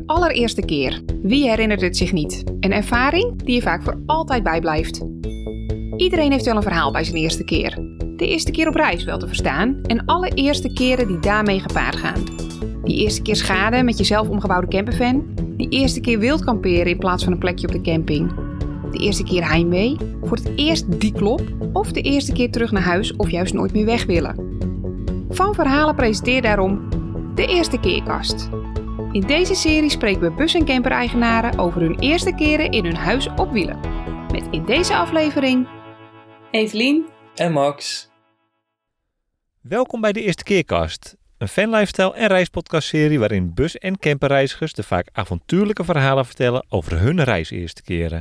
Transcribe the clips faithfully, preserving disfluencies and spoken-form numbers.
allereerste keer. Wie herinnert het zich niet? Een ervaring die je vaak voor altijd bijblijft. Iedereen heeft wel een verhaal bij zijn eerste keer. De eerste keer op reis wel te verstaan en alle eerste keren die daarmee gepaard gaan. Die eerste keer schade met je zelf omgebouwde campervan. Die eerste keer wild kamperen in plaats van een plekje op de camping. De eerste keer heimwee, voor het eerst die klop of de eerste keer terug naar huis of juist nooit meer weg willen. Van Verhalen presenteert daarom de Eerste Keerkast. In deze serie spreken we bus- en camper-eigenaren over hun eerste keren in hun huis op wielen. Met in deze aflevering Evelien en Max. Welkom bij de Eerste Keerkast, een fanlifestyle en reispodcastserie waarin bus- en camperreizigers de vaak avontuurlijke verhalen vertellen over hun reiseerste keren.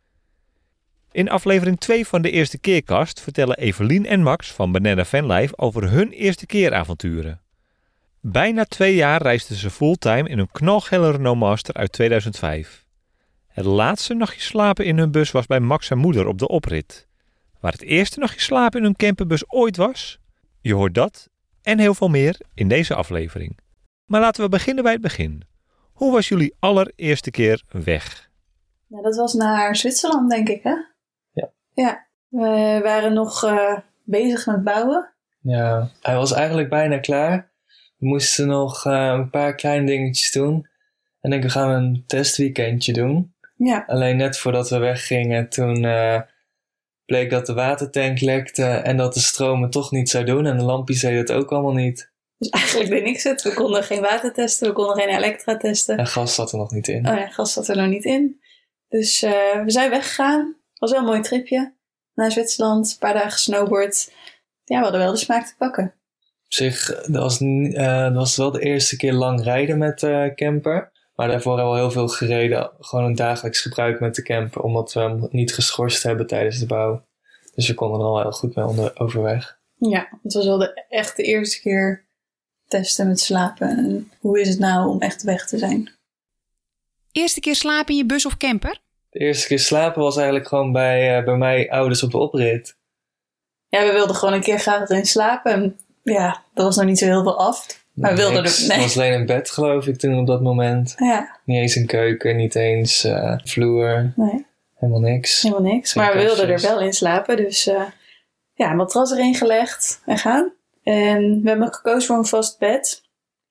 In aflevering twee van de Eerste Keerkast vertellen Evelien en Max van Banana Vanlife over hun eerste keeravonturen. Bijna twee jaar reisden ze fulltime in een knalgele Renault Master uit tweeduizend vijf. Het laatste nachtje slapen in hun bus was bij Max en moeder op de oprit. Waar het eerste nachtje slapen in hun camperbus ooit was? Je hoort dat en heel veel meer in deze aflevering. Maar laten we beginnen bij het begin. Hoe was jullie allereerste keer weg? Ja, dat was naar Zwitserland, denk ik, hè? Ja. Ja, we waren nog uh, bezig met bouwen. Ja, hij was eigenlijk bijna klaar. We moesten nog uh, een paar kleine dingetjes doen. En denk we gaan een testweekendje doen. Ja. Alleen net voordat we weggingen, toen uh, bleek dat de watertank lekte en dat de stroom het toch niet zou doen. En de lampjes deden het ook allemaal niet. Dus eigenlijk deed niks het. We konden geen water testen, we konden geen elektra testen. En gas zat er nog niet in. Oh ja, gas zat er nog niet in. Dus uh, we zijn weggegaan. Was wel een mooi tripje. Naar Zwitserland, een paar dagen snowboard. Ja, we hadden wel de smaak te pakken. Op zich, dat was, uh, dat was wel de eerste keer lang rijden met uh, camper. Maar daarvoor hebben we al heel veel gereden. Gewoon een dagelijks gebruik met de camper. Omdat we hem niet geschorst hebben tijdens de bouw. Dus we konden er al heel goed mee onder, overweg. Ja, het was wel de, echt de eerste keer testen met slapen. En hoe is het nou om echt weg te zijn? Eerste keer slapen in je bus of camper? De eerste keer slapen was eigenlijk gewoon bij, uh, bij mijn ouders op de oprit. Ja, we wilden gewoon een keer graag erin slapen. En ja, dat was nog niet zo heel veel af. Maar we wilden er... Nee. Het was alleen een bed, geloof ik, toen op dat moment. Ja. Niet eens een keuken, niet eens uh, vloer. Nee. Helemaal niks. Helemaal niks. Geen maar we kastjes. wilden er wel in slapen. Dus uh, ja, een matras erin gelegd en gaan. En we hebben gekozen voor een vast bed.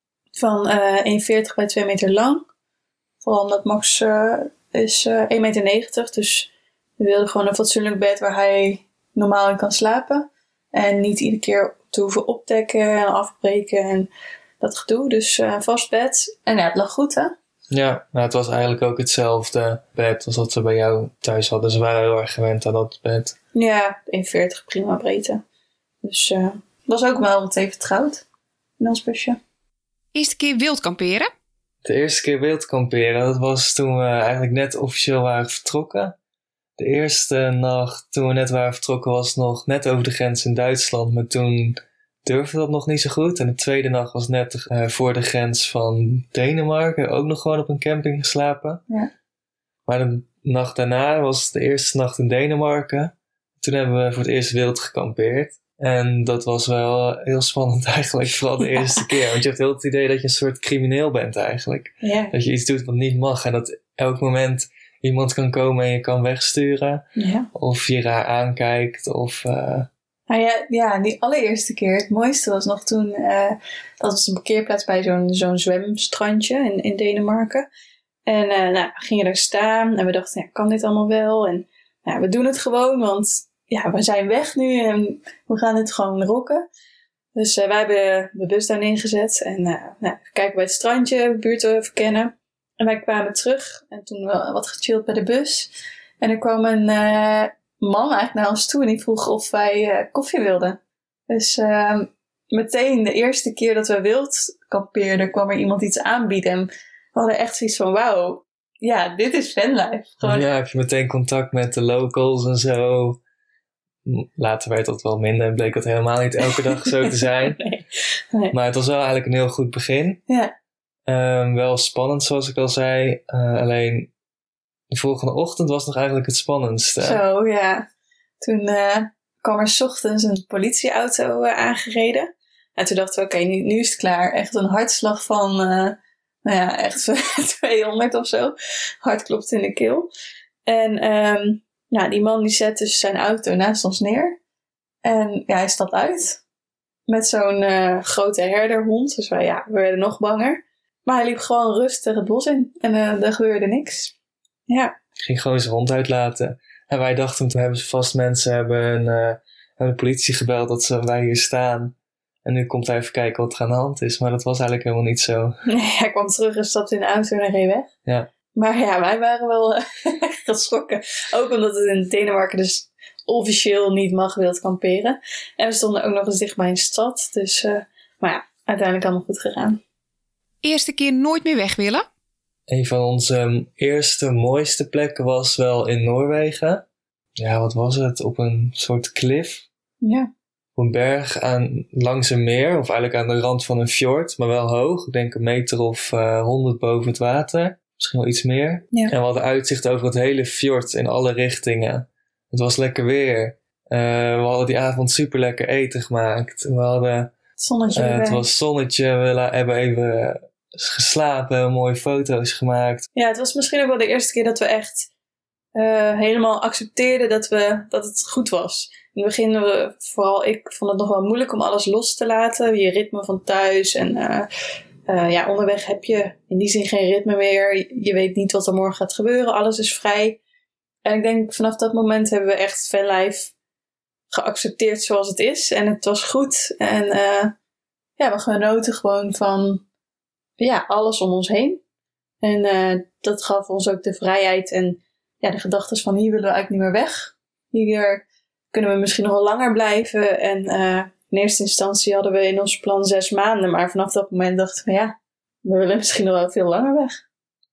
Van uh, één komma veertig bij twee meter lang. Vooral omdat Max uh, is uh, één komma negentig meter. Dus we wilden gewoon een fatsoenlijk bed waar hij normaal in kan slapen. En niet iedere keer te hoeven opdekken en afbreken en dat gedoe. Dus uh, een vast bed. En ja, het lag goed, hè? Ja, nou, het was eigenlijk ook hetzelfde bed als dat we bij jou thuis hadden. Dus we waren heel erg gewend aan dat bed. Ja, één komma veertig, prima breedte. Dus uh, was ook wel meteen vertrouwd in ons busje. Eerste keer wild kamperen? De eerste keer wild kamperen, dat was toen we eigenlijk net officieel waren vertrokken. De eerste nacht toen we net waren vertrokken was nog net over de grens in Duitsland. Maar toen durfde dat nog niet zo goed. En de tweede nacht was net uh, voor de grens van Denemarken. Ook nog gewoon op een camping geslapen. Ja. Maar de nacht daarna was de eerste nacht in Denemarken. Toen hebben we voor het eerst wild gekampeerd. En dat was wel heel spannend eigenlijk, vooral de Ja. eerste keer. Want je hebt heel het idee dat je een soort crimineel bent eigenlijk. Ja. Dat je iets doet wat niet mag. En dat elk moment iemand kan komen en je kan wegsturen. Ja. Of je raar aankijkt. Of, uh... Nou ja, ja, die allereerste keer. Het mooiste was nog toen... Uh, dat was een parkeerplaats bij zo'n, zo'n zwemstrandje in, in Denemarken. En uh, nou, we gingen daar staan. En we dachten, ja, kan dit allemaal wel? En nou, we doen het gewoon, want ja, we zijn weg nu. En we gaan dit gewoon rocken. Dus uh, wij hebben de bus daar neergezet. En uh, nou, we kijken bij het strandje, de buurt verkennen. En wij kwamen terug. En toen we wat gechilled bij de bus. En er kwam een... Uh, man eigenlijk naar ons toe en die vroeg of wij uh, koffie wilden. Dus uh, meteen de eerste keer dat we wild kampeerden kwam er iemand iets aanbieden. En we hadden echt zoiets van wauw, ja, dit is fanlife. Gewoon... Ja, heb je meteen contact met de locals en zo. Later werd dat wel minder en bleek dat helemaal niet elke dag zo te zijn. nee. Nee. Maar het was wel eigenlijk een heel goed begin. Ja. Um, wel spannend zoals ik al zei. Uh, alleen de volgende ochtend was nog eigenlijk het spannendste. Zo, ja. Toen uh, kwam er 's ochtends een politieauto uh, aangereden. En toen dachten we, oké, okay, nu, nu is het klaar. Echt een hartslag van, uh, nou ja, echt tweehonderd of zo. Hart klopt in de keel. En um, nou, die man die zet dus zijn auto naast ons neer. En ja, hij stapt uit. Met zo'n uh, grote herderhond. Dus wij, ja, we werden nog banger. Maar hij liep gewoon rustig het bos in. En uh, er gebeurde niks. Ja. Ging gewoon zijn hond uitlaten. En wij dachten, toen hebben ze vast mensen hebben, uh, hebben de politie gebeld dat ze, wij hier staan. En nu komt hij even kijken wat er aan de hand is. Maar dat was eigenlijk helemaal niet zo. Nee, hij kwam terug en stapte in de auto en reed weg. Ja. Maar ja, wij waren wel uh, geschrokken. Ook omdat het in Denemarken dus officieel niet mag wild kamperen. En we stonden ook nog eens dicht bij een stad. Dus, uh, maar ja, uiteindelijk allemaal goed gegaan. Eerste keer nooit meer weg willen? Een van onze eerste mooiste plekken was wel in Noorwegen. Ja, wat was het? Op een soort klif. Ja. Op een berg aan, langs een meer. Of eigenlijk aan de rand van een fjord. Maar wel hoog. Ik denk een meter of uh, honderd boven het water. Misschien wel iets meer. Ja. En we hadden uitzicht over het hele fjord in alle richtingen. Het was lekker weer. Uh, we hadden die avond super lekker eten gemaakt. We hadden... Zonnetje uh, het was zonnetje. We la- hebben even geslapen. Mooie foto's gemaakt. Ja, het was misschien ook wel de eerste keer dat we echt uh, helemaal accepteerden dat, we, dat het goed was. In het begin, we, vooral ik, vond het nog wel moeilijk om alles los te laten. Je ritme van thuis. En uh, uh, ja, onderweg heb je in die zin geen ritme meer. Je weet niet wat er morgen gaat gebeuren. Alles is vrij. En ik denk, vanaf dat moment hebben we echt Vanlife geaccepteerd zoals het is. En het was goed. En uh, ja, we genoten gewoon van ja, alles om ons heen. En uh, dat gaf ons ook de vrijheid en ja, de gedachten van hier willen we eigenlijk niet meer weg. Hier kunnen we misschien nog wel langer blijven. En uh, in eerste instantie hadden we in ons plan zes maanden. Maar vanaf dat moment dachten we ja, we willen misschien nog wel veel langer weg.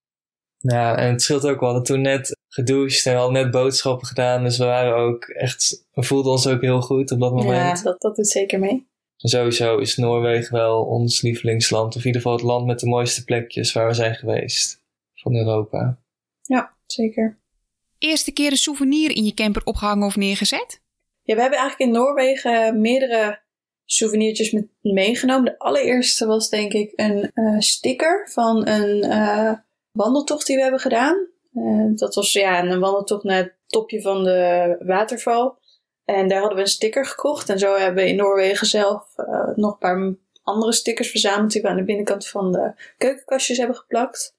Ja, en het scheelt ook wel. We hadden toen net gedoucht en we hadden net boodschappen gedaan. Dus we waren ook echt, we voelden ons ook heel goed op dat moment. Ja, dat, dat doet zeker mee. Sowieso is Noorwegen wel ons lievelingsland. Of in ieder geval het land met de mooiste plekjes waar we zijn geweest. Van Europa. Ja, zeker. Eerste keer een souvenir in je camper opgehangen of neergezet? Ja, we hebben eigenlijk in Noorwegen meerdere souvenirtjes met meegenomen. De allereerste was denk ik een uh, sticker van een uh, wandeltocht die we hebben gedaan. Uh, dat was ja, een wandeltocht naar het topje van de waterval. En daar hadden we een sticker gekocht. En zo hebben we in Noorwegen zelf uh, nog een paar andere stickers verzameld die we aan de binnenkant van de keukenkastjes hebben geplakt.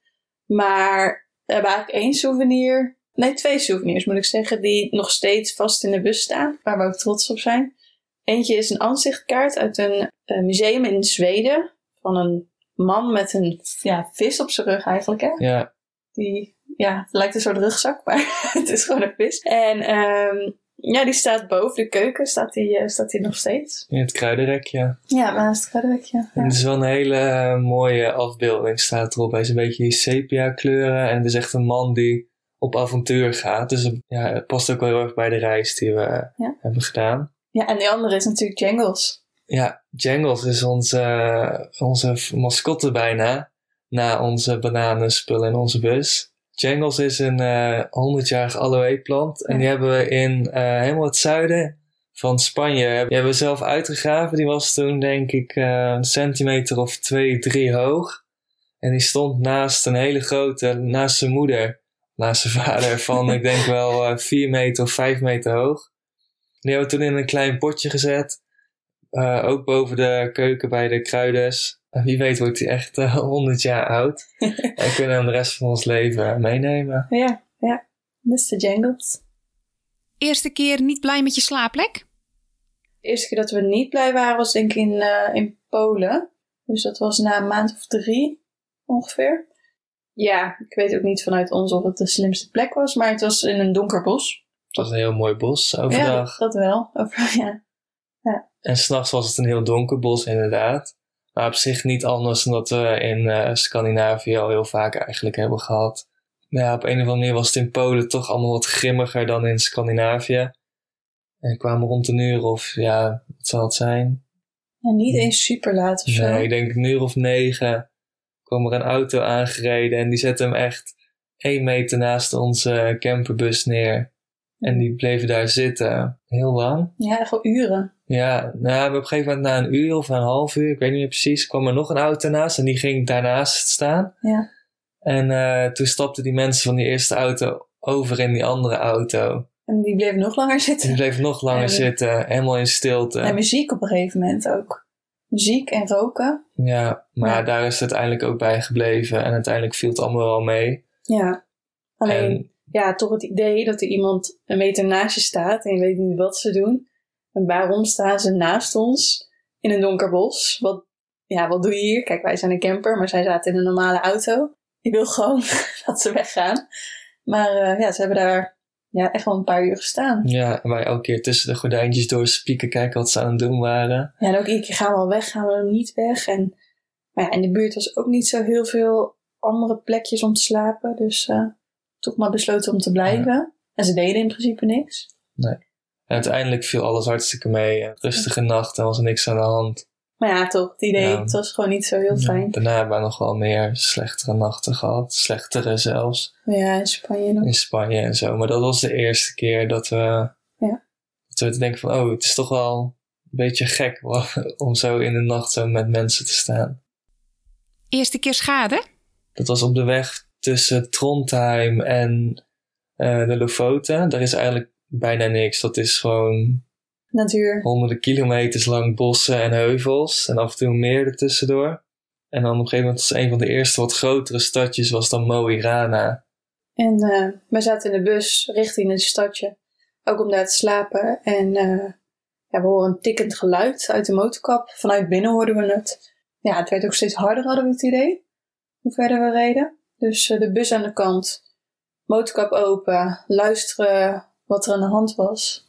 Maar we hebben eigenlijk één souvenir, nee twee souvenirs moet ik zeggen, die nog steeds vast in de bus staan. Waar we ook trots op zijn. Eentje is een aanzichtkaart uit een uh, museum in Zweden. Van een man met een ja, vis op zijn rug eigenlijk. Hè? Ja. Die, ja, het lijkt een soort rugzak, maar het is gewoon een vis. En um, ja, die staat boven de keuken, staat die, uh, staat die nog steeds. In het kruidenrekje. Ja, naast het kruidenrekje. Ja. En het is wel een hele uh, mooie afbeelding, staat erop. Hij is een beetje sepia kleuren en het is echt een man die op avontuur gaat. Dus ja, het past ook wel heel erg bij de reis die we uh, ja. hebben gedaan. Ja, en die andere is natuurlijk Jangles. Ja, Jangles is onze, uh, onze mascotte bijna. Na onze bananenspullen in onze bus. Jangles is een uh, honderdjarige aloe-plant. En ja. die hebben we in uh, helemaal het zuiden van Spanje. Die hebben we zelf uitgegraven. Die was toen denk ik uh, een centimeter of twee, drie hoog. En die stond naast een hele grote, naast zijn moeder. Naast zijn vader van ik denk wel uh, vier meter of vijf meter hoog. Die hebben we toen in een klein potje gezet. Uh, ook boven de keuken bij de kruiders. Wie weet wordt hij echt uh, honderd jaar oud. En kunnen hem de rest van ons leven meenemen. Ja, ja. mister Jangles. Eerste keer niet blij met je slaapplek? De eerste keer dat we niet blij waren was denk ik in, uh, in Polen. Dus dat was na een maand of drie ongeveer. Ja, ik weet ook niet vanuit ons of het de slimste plek was. Maar het was in een donker bos. Het was een heel mooi bos overdag. Ja, dat wel. Over, ja. Ja. En s'nachts was het een heel donker bos inderdaad. Maar op zich niet anders dan dat we in uh, Scandinavië al heel vaak eigenlijk hebben gehad. Maar ja, op een of andere manier was het in Polen toch allemaal wat grimmiger dan in Scandinavië. En kwamen rond een uur of, ja, wat zal het zijn? Ja, niet eens super laat of zo. Nee, ik denk een uur of negen kwam er een auto aangereden en die zette hem echt één meter naast onze camperbus neer. En die bleven daar zitten. Heel lang. Ja, echt wel uren. Ja, nou, op een gegeven moment na een uur of na een half uur, ik weet niet meer precies, kwam er nog een auto naast en die ging daarnaast staan. Ja. En uh, toen stapten die mensen van die eerste auto over in die andere auto. En die bleef nog langer zitten. Die bleef nog langer en, zitten, helemaal in stilte. En muziek op een gegeven moment ook. Muziek en roken. Ja, maar ja. daar is het uiteindelijk ook bij gebleven. En uiteindelijk viel het allemaal wel mee. Ja, alleen en, ja, toch het idee dat er iemand een meter naast je staat en je weet niet wat ze doen. En waarom staan ze naast ons in een donker bos? Wat, ja, wat doe je hier? Kijk, wij zijn een camper, maar zij zaten in een normale auto. Ik wil gewoon dat ze weggaan. Maar uh, ja, ze hebben daar ja, echt wel een paar uur gestaan. Ja, en wij elke keer tussen de gordijntjes door spieken kijken wat ze aan het doen waren. Ja, en ook iedere keer gaan we al weg, gaan we nog niet weg. En, maar ja, in de buurt was ook niet zo heel veel andere plekjes om te slapen. Dus uh, toch maar besloten om te blijven. Ja. En ze deden in principe niks. Nee. En uiteindelijk viel alles hartstikke mee. Rustige nacht, er was niks aan de hand. Maar ja, toch, het idee, ja. Het was gewoon niet zo heel fijn. Ja, daarna hebben we nog wel meer slechtere nachten gehad. Slechtere zelfs. Ja, in Spanje nog. In Spanje en zo. Maar dat was de eerste keer dat we... Ja. Dat we denken van, oh, het is toch wel een beetje gek om zo in de nacht zo met mensen te staan. Eerste keer schade? Dat was op de weg tussen Trondheim en uh, de Lofoten. Daar is eigenlijk bijna niks. Dat is gewoon... Natuur. Honderden kilometers lang bossen en heuvels. En af en toe een meer ertussendoor. En dan op een gegeven moment was een van de eerste wat grotere stadjes was dan Mo i Rana. En uh, wij zaten in de bus richting het stadje. Ook om daar te slapen. En uh, ja, we horen een tikkend geluid uit de motorkap. Vanuit binnen hoorden we het. Ja, het werd ook steeds harder, hadden we het idee. Hoe verder we reden. Dus uh, de bus aan de kant. Motorkap open. Luisteren wat er aan de hand was.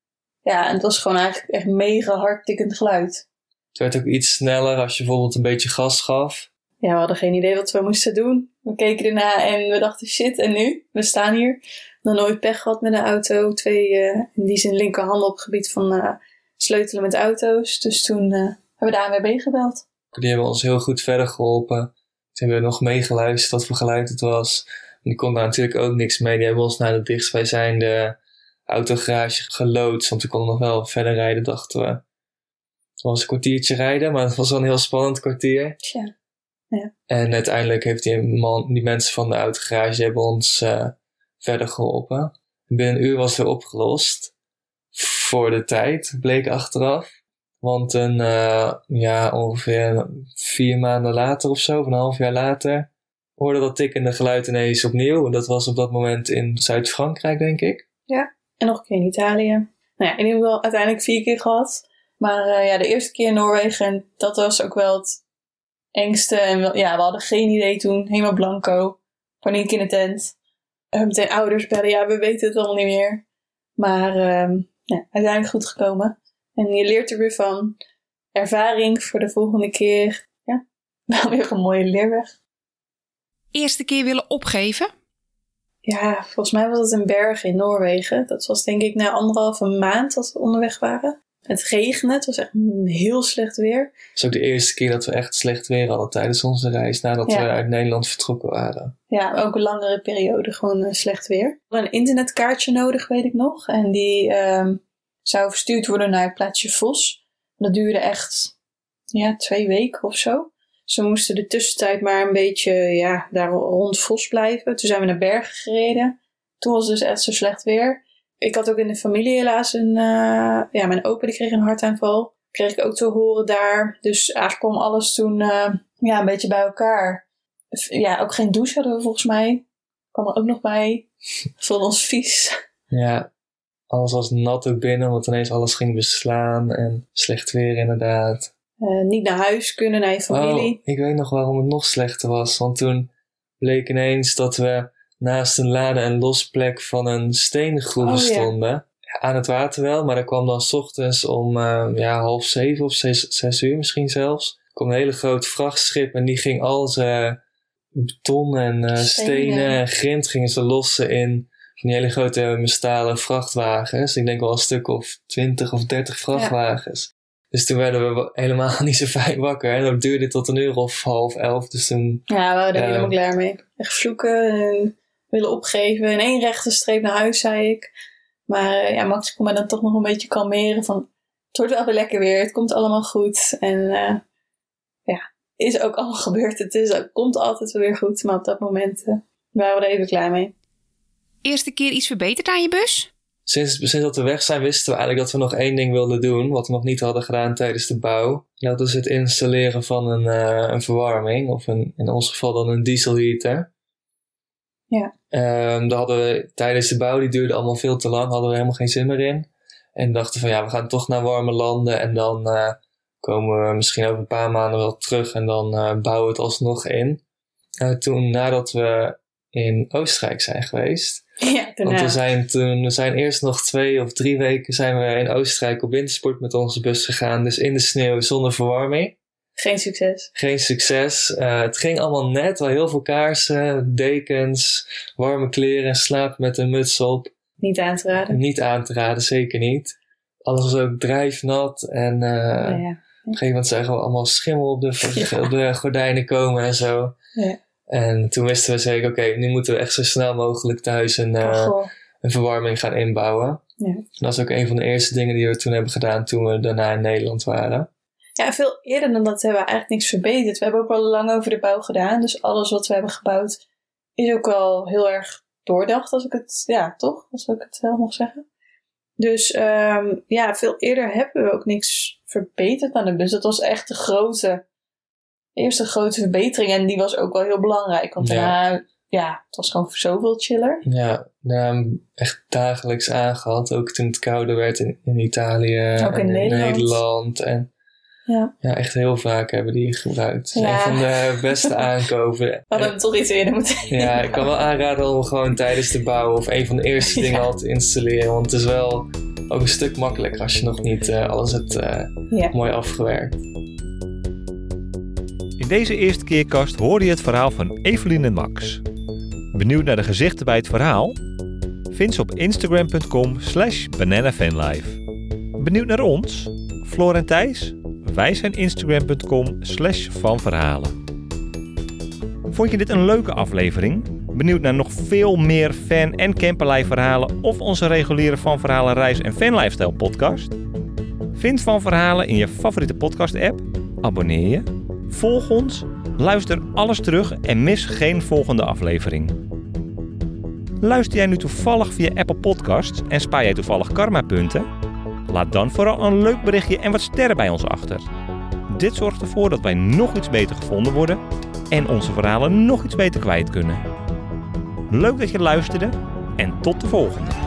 Ja, en het was gewoon eigenlijk echt mega hard tikkend geluid. Het werd ook iets sneller als je bijvoorbeeld een beetje gas gaf. Ja, we hadden geen idee wat we moesten doen. We keken erna en we dachten shit, en nu? We staan hier. Nog nooit pech gehad met een auto. Twee, uh, in die zin linkerhanden op het gebied van uh, sleutelen met auto's. Dus toen uh, hebben we de A N W B gebeld. Die hebben ons heel goed verder geholpen. Toen hebben we nog meegeluisterd wat voor geluid het was. En die konden daar natuurlijk ook niks mee. Die hebben ons naar de dichtstbijzijnde autogarage geloodst. Want we konden nog wel verder rijden, dachten we. Het was een kwartiertje rijden, maar het was wel een heel spannend kwartier. Tja. Ja. En uiteindelijk heeft die, man, die mensen van de autogarage hebben ons uh, verder geholpen. Binnen een uur was het weer opgelost. Voor de tijd, bleek achteraf. Want een, uh, ja, ongeveer vier maanden later of zo, of een half jaar later, hoorde dat tikkende geluid ineens opnieuw. Dat was op dat moment in Zuid-Frankrijk, denk ik. Ja, en nog een keer in Italië. Nou ja, in ieder geval uiteindelijk vier keer gehad. Maar uh, ja, de eerste keer in Noorwegen, en dat was ook wel het engste. En we, ja, we hadden geen idee toen, helemaal blanco. Paniek in de tent. En meteen ouders bellen, ja, we weten het allemaal niet meer. Maar uh, ja, uiteindelijk goed gekomen. En je leert er weer van. Ervaring voor de volgende keer. Ja, wel weer een mooie leerweg. Eerste keer willen opgeven? Ja, volgens mij was het een berg in Noorwegen. Dat was denk ik na anderhalve maand dat we onderweg waren. Het regende, het was echt heel slecht weer. Het is ook de eerste keer dat we echt slecht weer hadden tijdens onze reis. Nadat ja. we uit Nederland vertrokken waren. Ja, ook een langere periode, gewoon uh, slecht weer. We hadden een internetkaartje nodig, weet ik nog. En die uh, zou verstuurd worden naar het plaatsje Vos. Dat duurde echt ja, twee weken of zo. Dus we moesten de tussentijd maar een beetje ja, daar rond Vos blijven. Toen zijn we naar Bergen gereden. Toen was het dus echt zo slecht weer. Ik had ook in de familie helaas een... Uh, ja, mijn opa die kreeg een hartaanval. Kreeg ik ook te horen daar. Dus eigenlijk kwam alles toen uh, ja, een beetje bij elkaar. Ja, ook geen douche hadden we volgens mij. Kwam er ook nog bij. Voelde ons vies. Ja, alles was nat ook binnen. Omdat ineens alles ging beslaan. En slecht weer inderdaad. Uh, niet naar huis kunnen, naar je familie. Oh, ik weet nog waarom het nog slechter was. Want toen bleek ineens dat we naast een lade- en losplek van een steengroeve oh, stonden. Ja. Ja, aan het water wel, maar er kwam dan 's ochtends om uh, ja, half zeven of zes, zes uur misschien zelfs. Er kwam een hele groot vrachtschip en die ging al zijn beton en uh, stenen. stenen en grind gingen ze lossen in van die hele grote metalen vrachtwagens. Ik denk wel een stuk of twintig of dertig vrachtwagens. Ja. Dus toen werden we helemaal niet zo fijn wakker. En dat duurde tot een uur of half elf. Dus toen, ja, we waren er uh, helemaal klaar mee. Echt vloeken en willen opgeven. In één rechte streep naar huis, zei ik. Maar uh, ja, Max kon mij dan toch nog een beetje kalmeren van... het wordt wel weer lekker weer. Het komt allemaal goed. En uh, ja, is ook allemaal gebeurd. Het is, het komt altijd weer goed. Maar op dat moment uh, waren we er even klaar mee. Eerste keer iets verbeterd aan je bus? Sinds, sinds dat we weg zijn wisten we eigenlijk dat we nog één ding wilden doen. Wat we nog niet hadden gedaan tijdens de bouw. En dat is het installeren van een, uh, een verwarming. Of een, in ons geval dan een dieselheater. Ja. Um, daar hadden we tijdens de bouw, die duurde allemaal veel te lang. Hadden we helemaal geen zin meer in. En dachten van ja, we gaan toch naar warme landen. En dan uh, komen we misschien over een paar maanden wel terug. En dan uh, bouwen we het alsnog in. Uh, toen nadat we in Oostenrijk zijn geweest. Ja, daarna. Want we zijn toen, we zijn eerst nog twee of drie weken zijn we in Oostenrijk op wintersport met onze bus gegaan. Dus in de sneeuw zonder verwarming. Geen succes. Geen succes. Uh, het ging allemaal net, wel heel veel kaarsen, dekens, warme kleren, slapen met een muts op. Niet aan te raden. Niet aan te raden, zeker niet. Alles was ook drijfnat en uh, ja, ja. op een gegeven moment zagen we allemaal schimmel op de, Ja. op de gordijnen komen en zo. Ja. En toen wisten we zeker, oké, okay, nu moeten we echt zo snel mogelijk thuis een, uh, Oh, een verwarming gaan inbouwen. ja. Dat is ook een van de eerste dingen die we toen hebben gedaan toen we daarna in Nederland waren. Ja, veel eerder dan dat hebben we eigenlijk niks verbeterd. We hebben ook wel lang over de bouw gedaan. Dus alles wat we hebben gebouwd is ook wel heel erg doordacht. Als ik het, ja, toch? Als ik het wel mag zeggen. Dus um, ja, veel eerder hebben we ook niks verbeterd aan de bus. Dat was echt de grote, eerste grote verbetering. En die was ook wel heel belangrijk. Want daarna, ja, ja het was gewoon zoveel chiller. Ja, nou, echt dagelijks aangehad. Ook toen het kouder werd in, in Italië. Ook in en Nederland. Nederland. En Ja. ja, echt heel vaak hebben die gebruikt. Ja. Een van de beste aankopen. We hadden hem toch iets eerder moeten Ja, ik kan wel aanraden om gewoon tijdens de bouw of een van de eerste dingen Ja. al te installeren. Want het is wel ook een stuk makkelijker als je nog niet uh, alles hebt uh, Ja. mooi afgewerkt. In deze eerste keerkast hoorde je het verhaal van Evelien en Max. Benieuwd naar de gezichten bij het verhaal? Vind ze op instagram punt com slash bananafanlife. Benieuwd naar ons? Floor en Thijs? Wij zijn instagram punt com slash vanverhalen. Vond je dit een leuke aflevering? Benieuwd naar nog veel meer fan- en camperlife verhalen of onze reguliere Van Verhalen reis- en fanlifestyle podcast? Vind Van Verhalen in je favoriete podcast app, abonneer je, volg ons, luister alles terug en mis geen volgende aflevering. Luister jij nu toevallig via Apple Podcasts en spaar jij toevallig karmapunten? Laat dan vooral een leuk berichtje en wat sterren bij ons achter. Dit zorgt ervoor dat wij nog iets beter gevonden worden en onze verhalen nog iets beter kwijt kunnen. Leuk dat je luisterde en tot de volgende.